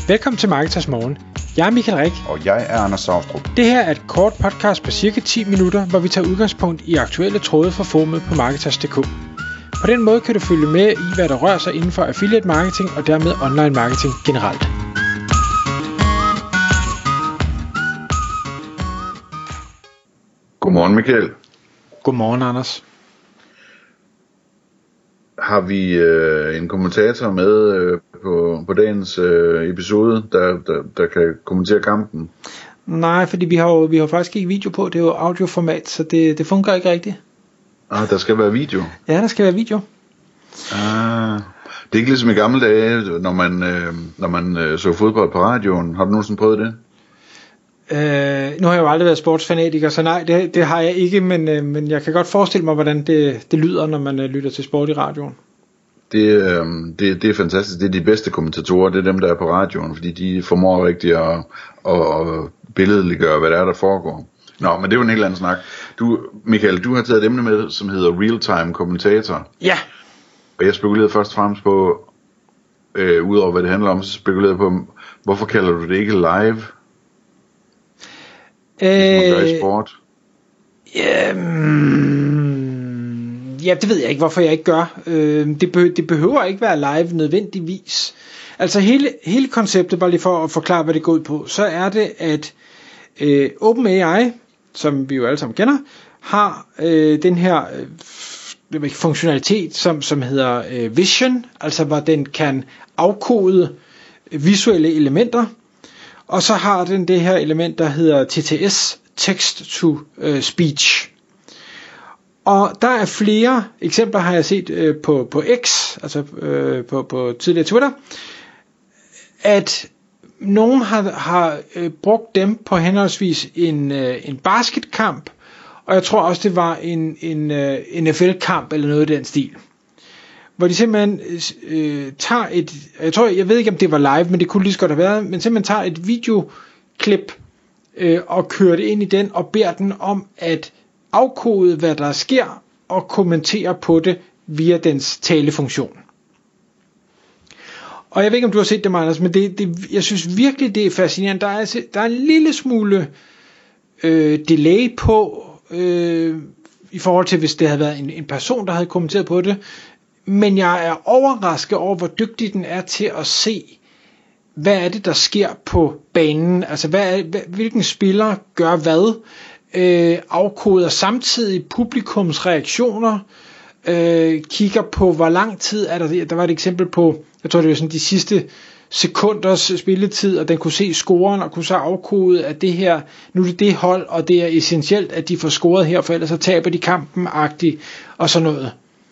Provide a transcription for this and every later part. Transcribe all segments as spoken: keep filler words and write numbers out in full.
Velkommen til Marketers Morgen. Jeg er Michael Rik. Og jeg er Anders Saustrup. Det her er et kort podcast på cirka ti minutter, hvor vi tager udgangspunkt i aktuelle tråde fra forumet på Marketers punktum d k. På den måde kan du følge med i, hvad der rører sig inden for affiliate marketing og dermed online marketing generelt. Godmorgen Michael. Godmorgen Anders. Har vi øh, en kommentator med øh, på, på dagens øh, episode, der, der, der kan kommentere kampen? Nej, fordi vi har jo vi har faktisk ikke video på, det er jo audioformat, så det, det fungerer ikke rigtigt. Ah, der skal være video? Ja, der skal være video. Ah, det er ikke ligesom i gamle dage, når man, øh, når man øh, så fodbold på radioen. Har du nogensinde prøvet det? Øh, nu har jeg jo aldrig været sportsfanatiker, så nej, det, det har jeg ikke, men, øh, men jeg kan godt forestille mig, hvordan det, det lyder, når man øh, lytter til sport i radioen. Det, øh, det, det er fantastisk. Det er de bedste kommentatorer, det er dem, der er på radioen, fordi de formår rigtig at, at, at billedliggøre, hvad der er, der foregår. Nå, men det er jo en helt anden snak. Du, Michael, du har taget et emne med, som hedder real-time kommentator. Ja. Og jeg spekulerede først og fremmest på, øh, udover hvad det handler om, så spekulerede jeg på, hvorfor kalder du det ikke live? Øh, ligesom man gør i sport. Øh, ja, det ved jeg ikke, hvorfor jeg ikke gør. Øh, det, be, det behøver ikke være live nødvendigvis. Altså hele, hele konceptet, bare lige for at forklare, hvad det går ud på, så er det, at øh, OpenAI, som vi jo alle sammen kender, har øh, den her øh, funktionalitet, som, som hedder øh, Vision, altså hvor den kan afkode visuelle elementer. Og så har den det her element, der hedder T T S, Text to uh, Speech. Og der er flere eksempler, har jeg set øh, på, på X, altså øh, på, på tidligere Twitter, at nogen har, har øh, brugt dem på henholdsvis en, øh, en basketkamp, og jeg tror også, det var en, en øh, N F L-kamp eller noget i den stil. Hvor de simpelthen øh, tager et, jeg tror, jeg ved ikke om det var live, men det kunne lige så godt have været, men simpelthen tager et videoklip øh, og kører det ind i den og beder den om at afkode, hvad der sker, og kommentere på det via dens talefunktion. Og jeg ved ikke om du har set det, Anders, men det, det, jeg synes virkelig det er fascinerende. Der er, der er en lille smule øh, delay på øh, i forhold til hvis det havde været en, en person, der havde kommenteret på det. Men jeg er overrasket over, hvor dygtig den er til at se, hvad er det, der sker på banen. Altså, hvad er, hvilken spiller gør hvad, øh, afkoder samtidig publikums reaktioner, øh, kigger på, hvor lang tid er der. Der var et eksempel på, jeg tror, det var sådan de sidste sekunders spilletid, og den kunne se scoren, og kunne så afkode, at det her, nu er det det hold, og det er essentielt, at de får scoret her, for ellers så taber de kampen-agtigt, og sådan noget.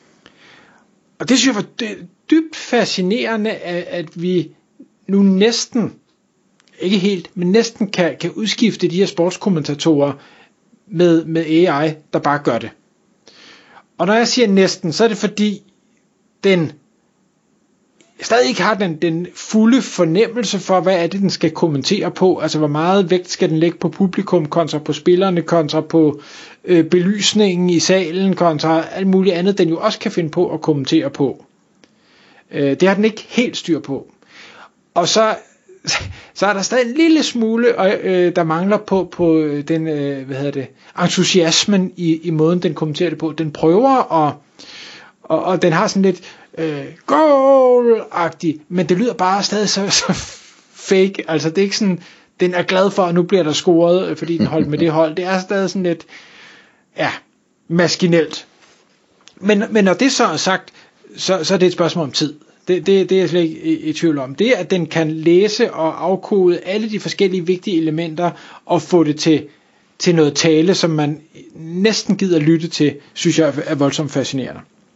Og det synes jeg var dybt fascinerende, at vi nu næsten, ikke helt, men næsten kan, kan udskifte de her sportskommentatorer med, med A I, der bare gør det. Og når jeg siger næsten, så er det fordi, den stadig ikke har den, den fulde fornemmelse for, hvad er det, den skal kommentere på. Altså, hvor meget vægt skal den lægge på publikum, kontra på spillerne, kontra på øh, belysningen i salen, kontra alt muligt andet, den jo også kan finde på at kommentere på. Øh, det har den ikke helt styr på. Og så, så er der stadig en lille smule, øh, der mangler på, på den, øh, hvad hedder det, entusiasmen i, i måden, den kommenterer det på. Den prøver, og, og, og den har sådan lidt Øh, goal-agtig, men det lyder bare stadig så, så fake. Altså det er ikke sådan, den er glad for, at nu bliver der scoret, fordi den holdt med det hold. Det er stadig sådan lidt, ja, maskinelt. Men, men når det så er sagt, så, så er det et spørgsmål om tid. Det, det, det er jeg slet ikke i, i tvivl om. Det at den kan læse og afkode alle de forskellige vigtige elementer og få det til, til noget tale, som man næsten gider lytte til, synes jeg er voldsomt fascinerende.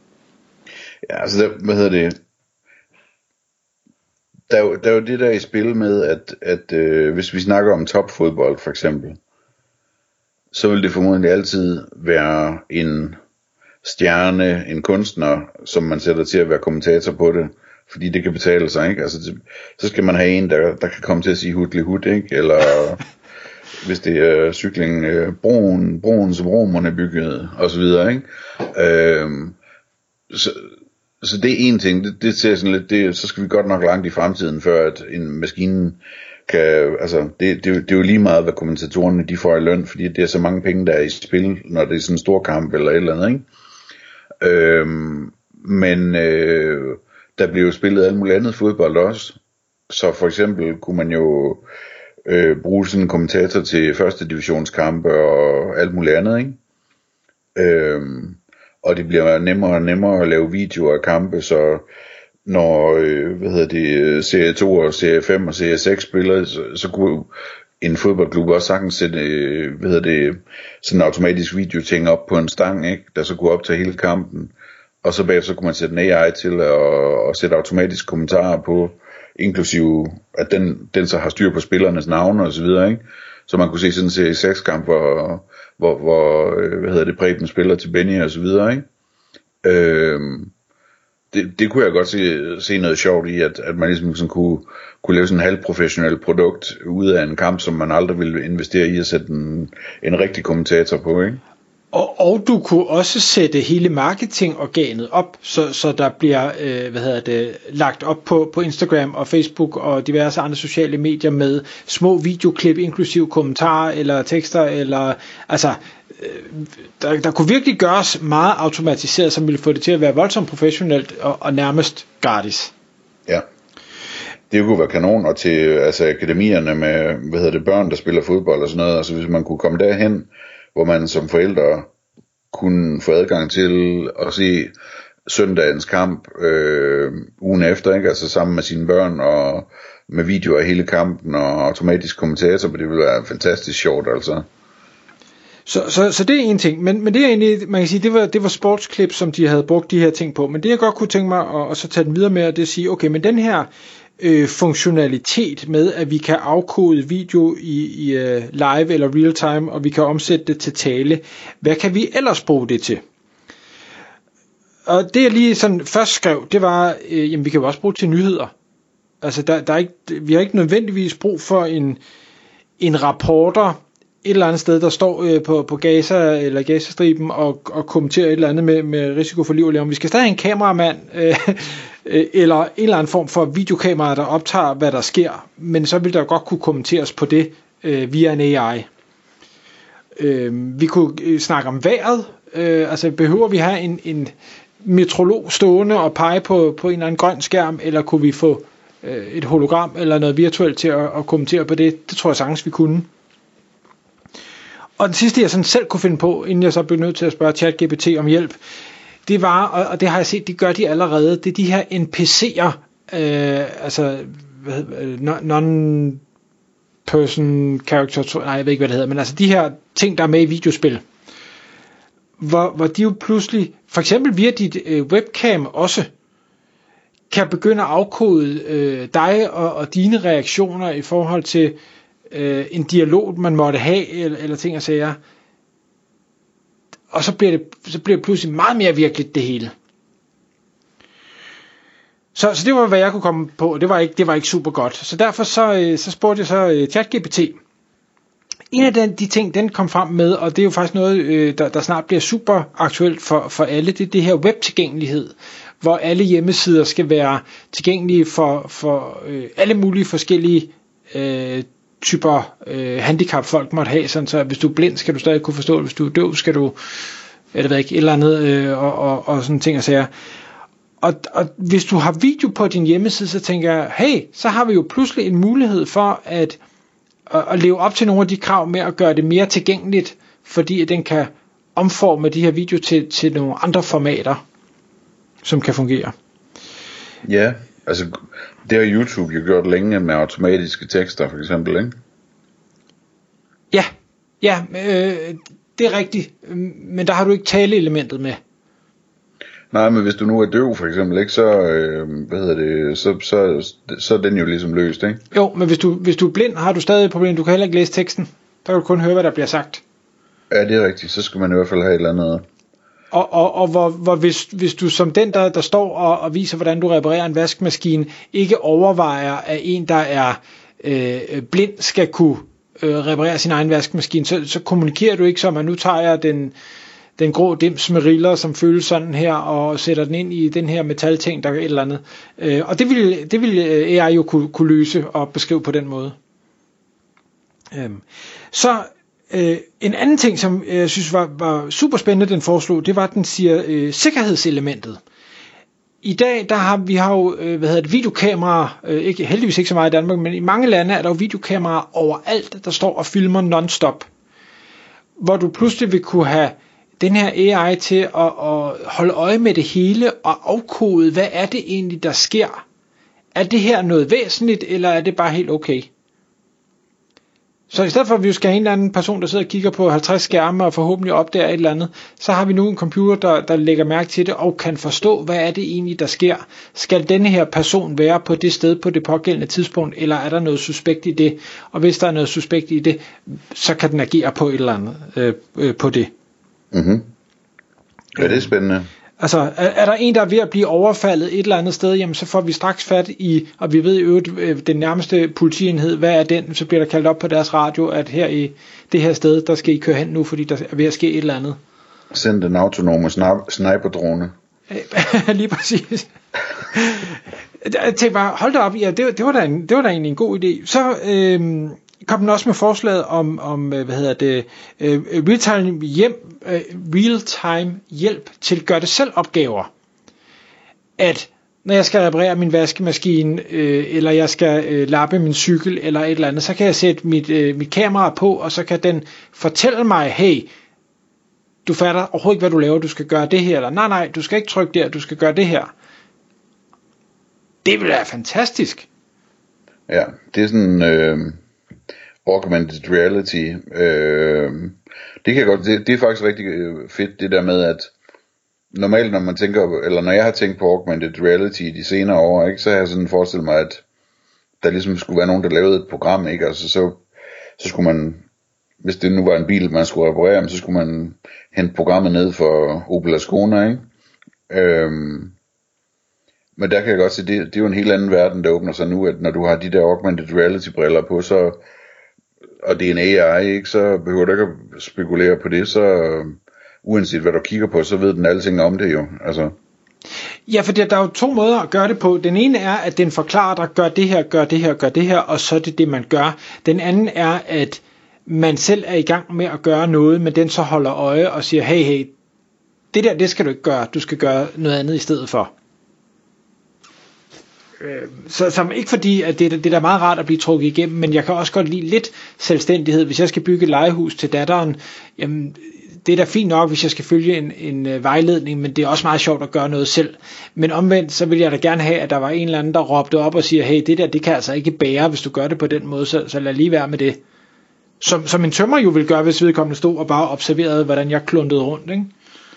Ja, altså, der, hvad hedder det? Der er, jo, der er jo det der i spil med, at, at øh, hvis vi snakker om topfodbold for eksempel, så vil det formodentlig altid være en stjerne, en kunstner, som man sætter til at være kommentator på det, fordi det kan betale sig, ikke? Altså, det, så skal man have en, der, der kan komme til at sige hudlig hud, ikke? Eller hvis det er cykling, øh, broen, broen som romerne byggede, og så videre, ikke? Øh, så, så det er en ting, det, det ser sådan lidt, det, så skal vi godt nok langt i fremtiden, før at en maskine kan, altså, det, det, det er jo lige meget, hvad kommentatorerne de får i løn, fordi det er så mange penge, der er i spil, når det er sådan en stor kamp eller et eller andet, ikke? Øhm, men øh, der bliver jo spillet alt muligt andet fodbold også, så for eksempel kunne man jo øh, bruge sådan en kommentator til første divisionskampe og alt muligt andet, ikke? Øhm, og det bliver nemmere og nemmere at lave videoer af kampe, så når øh, hvad hedder det, serie to og serie fem og serie seks spiller, så, så kunne en fodboldklub også sagtens sætte øh, hvad hedder det, sådan en automatisk videoting op på en stang, ikke, der så kunne optage hele kampen, og så bagefter så kunne man sætte en A I til at, at sætte automatiske kommentarer på, inklusive at den, den så har styr på spillernes navne og så videre, ikke? Så man kunne se sådan en serie seks kamp, hvor, hvor, hvor hvad hedder det, Preben spiller til Benny og så videre, ikke? Øhm, det, det kunne jeg godt se, se noget sjovt i, at, at man ligesom sådan kunne, kunne lave sådan en halvprofessionel produkt ud af en kamp, som man aldrig ville investere i at sætte en, en rigtig kommentator på, ikke? Og, og du kunne også sætte hele marketingorganet op, så, så der bliver øh, hvad hedder det, lagt op på, på Instagram og Facebook og diverse andre sociale medier med små videoklip, inklusive kommentarer eller tekster, eller altså øh, der, der kunne virkelig gøres meget automatiseret, som ville få det til at være voldsomt professionelt og, og nærmest gratis. Ja. Det kunne være kanon, og til altså akademierne med, hvad hedder det, børn, der spiller fodbold og sådan noget, altså hvis man kunne komme derhen, hvor man som forældre kunne få adgang til at se søndagens kamp øh, ugen efter, ikke? Altså sammen med sine børn og med videoer af hele kampen og automatisk kommentator, men det ville være fantastisk sjovt, altså. Så, så, så det er en ting, men, men det er egentlig, man kan sige, det var, det var sportsklip, som de havde brugt de her ting på, men det jeg godt kunne tænke mig at, at så tage den videre med, det er at sige, okay, men den her øh, funktionalitet med, at vi kan afkode video i, i uh, live eller real time, og vi kan omsætte det til tale, hvad kan vi ellers bruge det til? Og det jeg lige sådan først skrev, det var, øh, jamen vi kan jo også bruge det til nyheder. Altså der, der er ikke, vi har ikke nødvendigvis brug for en, en rapporter et eller andet sted, der står øh, på, på Gaza eller Gazastriben og, og kommenterer et eller andet med, med risiko for liv og levn. Vi skal stadig have en kameramand øh, øh, eller en eller anden form for videokamera, der optager, hvad der sker, men så vil der godt kunne kommenteres på det øh, via en A I. Øh, vi kunne øh, snakke om vejret, øh, altså behøver vi have en, en meteorolog stående og pege på, på en eller anden grøn skærm, eller kunne vi få øh, et hologram eller noget virtuelt til at, at kommentere på det? Det tror jeg sagtens vi kunne. Og den sidste jeg sådan selv kunne finde på, inden jeg så blev nødt til at spørge ChatGPT om hjælp, det var, og det har jeg set, de gør de allerede, det er de her N P C'er, øh, altså non-person character, nej jeg ved ikke hvad det hedder, men altså de her ting der er med i videospil, hvor, hvor de jo pludselig, for eksempel via dit øh, webcam også, kan begynde at afkode øh, dig og, og dine reaktioner i forhold til øh, en dialog, man måtte have, eller, eller ting og sager. Og så bliver, det, så bliver det pludselig meget mere virkeligt, det hele. Så, så det var, hvad jeg kunne komme på. Det var ikke, det var ikke super godt. Så derfor så, så spurgte jeg så uh, ChatGPT. En af den, de ting, den kom frem med, og det er jo faktisk noget, øh, der, der snart bliver super aktuelt for, for alle, det er det her webtilgængelighed, hvor alle hjemmesider skal være tilgængelige for, for øh, alle mulige forskellige øh, typer øh, handicap folk måtte have, sådan så hvis du er blind, skal du stadig kunne forstå det, hvis du er døv, skal du, jeg ved ikke, et eller andet, øh, og, og, og sådan ting og sager. Og, og hvis du har video på din hjemmeside, så tænker jeg, hey, så har vi jo pludselig en mulighed for at, at, at leve op til nogle af de krav med at gøre det mere tilgængeligt, fordi at den kan omforme de her video til, til nogle andre formater, som kan fungere. Ja, altså det har YouTube jo gjort længe med automatiske tekster for eksempel, ikke? Ja, ja, øh, det er rigtigt, men der har du ikke taleelementet med. Nej, men hvis du nu er døv for eksempel, ikke, så øh, hvad hedder det, så så så er den jo ligesom løst, ikke? Jo, men hvis du hvis du er blind, har du stadig et problem. Du kan heller ikke læse teksten. Der kan du kun høre, hvad der bliver sagt. Ja, det er rigtigt. Så skal man i hvert fald have et eller andet. Og, og, og hvor, hvor hvis, hvis du som den, der, der står og, og viser, hvordan du reparerer en vaskemaskine, ikke overvejer, at en, der er øh, blind, skal kunne øh, reparere sin egen vaskemaskine, så, så kommunikerer du ikke som, at nu tager jeg den, den grå dims med riller, som føles sådan her, og sætter den ind i den her metalting, der er et eller andet. Øh, og det ville, det ville A I jo kunne, kunne løse og beskrive på den måde. Øh, så øh, en anden ting, som jeg synes var, var super spændende, den foreslog, det var, at den siger øh, sikkerhedselementet. I dag, der har vi har jo, øh, hvad hedder det, videokameraer, øh, ikke, heldigvis ikke så meget i Danmark, men i mange lande er der jo videokameraer overalt, der står og filmer non-stop. Hvor du pludselig vil kunne have den her A I til at, at holde øje med det hele og afkode, hvad er det egentlig, der sker? Er det her noget væsentligt, eller er det bare helt okay? Så i stedet for, at vi skal have en eller anden person, der sidder og kigger på halvtreds skærme og forhåbentlig opdager et eller andet, så har vi nu en computer, der, der lægger mærke til det og kan forstå, hvad er det egentlig, der sker. Skal denne her person være på det sted på det pågældende tidspunkt, eller er der noget suspekt i det? Og hvis der er noget suspekt i det, så kan den agere på et eller andet øh, øh, på det. Mhm. Ja, det er spændende. Altså, er, er der en, der er ved at blive overfaldet et eller andet sted, jamen så får vi straks fat i, og vi ved jo, øh, den nærmeste politienhed, hvad er den, så bliver der kaldt op på deres radio, at her i det her sted, der skal I køre hen nu, fordi der er ved at ske et eller andet. Send den autonome sniperdrone. Lige præcis. Jeg tænkte bare, hold da op, ja, det, det, var da en, det var da egentlig en god idé. Så øh, kom den også med forslaget om, om hvad hedder det, uh, real-time hjem, uh, real-time hjælp til gør-det-selv opgaver. At når jeg skal reparere min vaskemaskine, øh, eller jeg skal øh, lappe min cykel, eller et eller andet, så kan jeg sætte mit, øh, mit kamera på, og så kan den fortælle mig, hey, du fatter overhovedet ikke, hvad du laver, du skal gøre det her, eller nej, nej, du skal ikke trykke der, du skal gøre det her. Det vil være fantastisk. Ja, det er sådan øh, augmented reality. Øh, det kan godt, det, det er faktisk rigtig fedt, det der med, at normalt når man tænker, eller når jeg har tænkt på augmented reality de senere år, ikke, så har jeg sådan forestillet mig, at der ligesom skulle være nogen, der lavede et program, ikke, altså så, så skulle man, hvis det nu var en bil, man skulle reparere, så skulle man hente programmet ned for Opel Ascona, ikke? Øhm, men der kan jeg godt se, det, det er jo en helt anden verden, der åbner sig nu, at når du har de der augmented reality briller på, så, og det er en A I, ikke, så behøver du ikke at spekulere på det, så uanset hvad du kigger på, så ved den alting om det jo, altså. Ja, for der er jo to måder at gøre det på. Den ene er, at den forklarer dig, gør det her, gør det her, gør det her, og så er det det, man gør. Den anden er, at man selv er i gang med at gøre noget, men den så holder øje og siger, hey, hey, det der, det skal du ikke gøre, du skal gøre noget andet i stedet for. Så som ikke fordi, at det, det er da meget rart at blive trukket igennem, men jeg kan også godt lide lidt selvstændighed. Hvis jeg skal bygge et legehus til datteren, jamen, det er da fint nok, hvis jeg skal følge en, en vejledning, men det er også meget sjovt at gøre noget selv. Men omvendt, så vil jeg da gerne have, at der var en eller anden, der råbte op og siger, hey, det der, det kan altså ikke bære, hvis du gør det på den måde, så, så lad lige være med det. Som, som en tømrer jo vil gøre, hvis vedkommende stod og bare observerede, hvordan jeg kluntede rundt, ikke?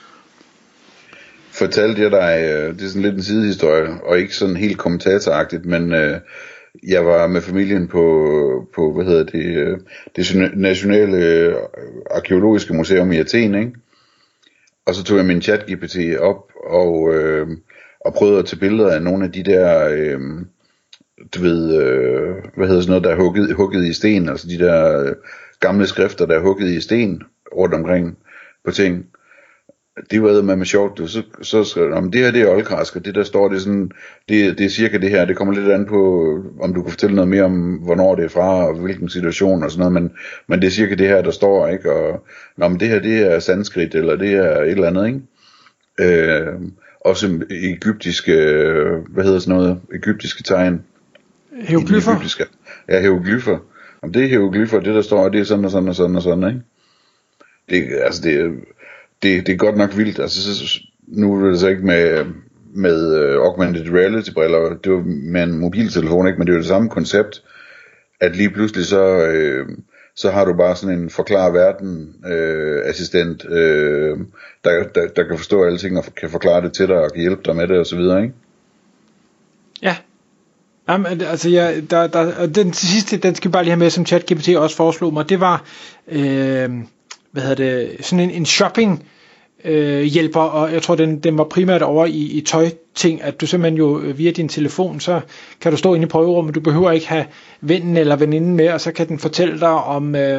Fortalte jeg dig, det er sådan lidt en sidehistorie, og ikke sådan helt kommentatoragtigt, men øh, jeg var med familien på, på hvad hedder det, det nationale arkæologiske museum i Athen, ikke? Og så tog jeg min ChatGPT op og, øh, og prøvede at tage billeder af nogle af de der, øh, du ved, øh, hvad hedder sådan noget, der er hugget, hugget i sten, altså de der øh, gamle skrifter, der er hugget i sten rundt omkring på ting. Det var med med sjovt, du. Så, så skrev om det her, det er oldgræsk, og det der står, det er sådan, det, det er cirka det her, det kommer lidt an på, om du kan fortælle noget mere om, hvornår det er fra, og hvilken situation og sådan noget, men, men det er cirka det her, der står, ikke, og nå, men det her, det er sanskrit, eller det er et eller andet, ikke, øh, også egyptiske, hvad hedder sådan noget, egyptiske tegn. Hieroglyffer? Ja, hieroglyffer. Om det er hieroglyffer, det der står, det er sådan og sådan og sådan og sådan, ikke. Det, altså det er Det, det er godt nok vildt. Altså, så, nu er det så ikke med, med uh, augmented reality briller, det var med en mobiltelefon, ikke? Men det er jo det samme koncept, at lige pludselig så, øh, så har du bare sådan en forklar verden øh, assistent, øh, der, der, der kan forstå alle ting og kan forklare det til dig og kan hjælpe dig med det og så videre, ikke? Ja. Jamen, altså, ja, der, der, den sidste, den skal vi bare lige have med, som ChatGPT også foreslog mig, det var øh, hvad hedder det, sådan en, en shopping øh, hjælper, og jeg tror den, den var primært over i, i tøjting, at du simpelthen jo via din telefon, så kan du stå inde i prøverummet, du behøver ikke have vennen eller veninden med, og så kan den fortælle dig om, øh,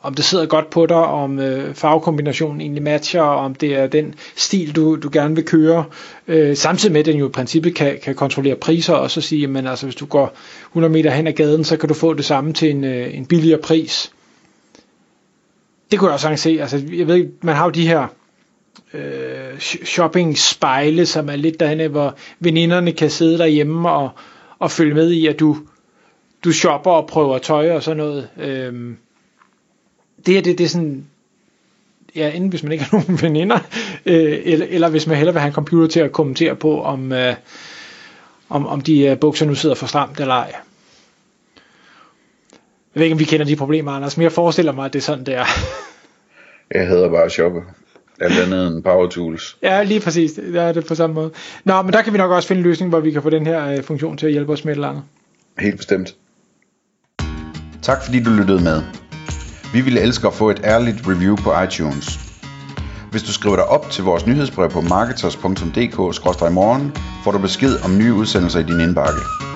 om det sidder godt på dig, om øh, farvekombinationen egentlig matcher, og om det er den stil, du, du gerne vil køre. Øh, samtidig med, at den jo i princippet kan, kan kontrollere priser, og så sige, men altså, hvis du går hundrede meter hen ad gaden, så kan du få det samme til en, øh, en billigere pris. Det kunne jeg også se. Altså, jeg ved, man har jo de her øh, shopping-spejle, som er lidt derhenne, hvor veninderne kan sidde derhjemme og, og følge med i, at du, du shopper og prøver tøj og sådan noget. Øh, det her, det, det er sådan, ja, enten hvis man ikke har nogen veninder, øh, eller, eller hvis man hellere vil have en computer til at kommentere på, om, øh, om, om de uh, bukser nu sidder for stramt eller ej. Jeg ved ikke, om vi kender de problemer, Anders, men jeg forestiller mig, at det er sådan, det er. Jeg hader bare at shoppe. Alt andet end Power Tools. Ja, lige præcis. Det er det på samme måde. Nå, men der kan vi nok også finde en løsning, hvor vi kan få den her øh, funktion til at hjælpe os med et eller andet. Helt bestemt. Tak fordi du lyttede med. Vi ville elske at få et ærligt review på iTunes. Hvis du skriver dig op til vores nyhedsbrev på marketers punktum d k skråstreg morgen, får du besked om nye udsendelser i din indbakke.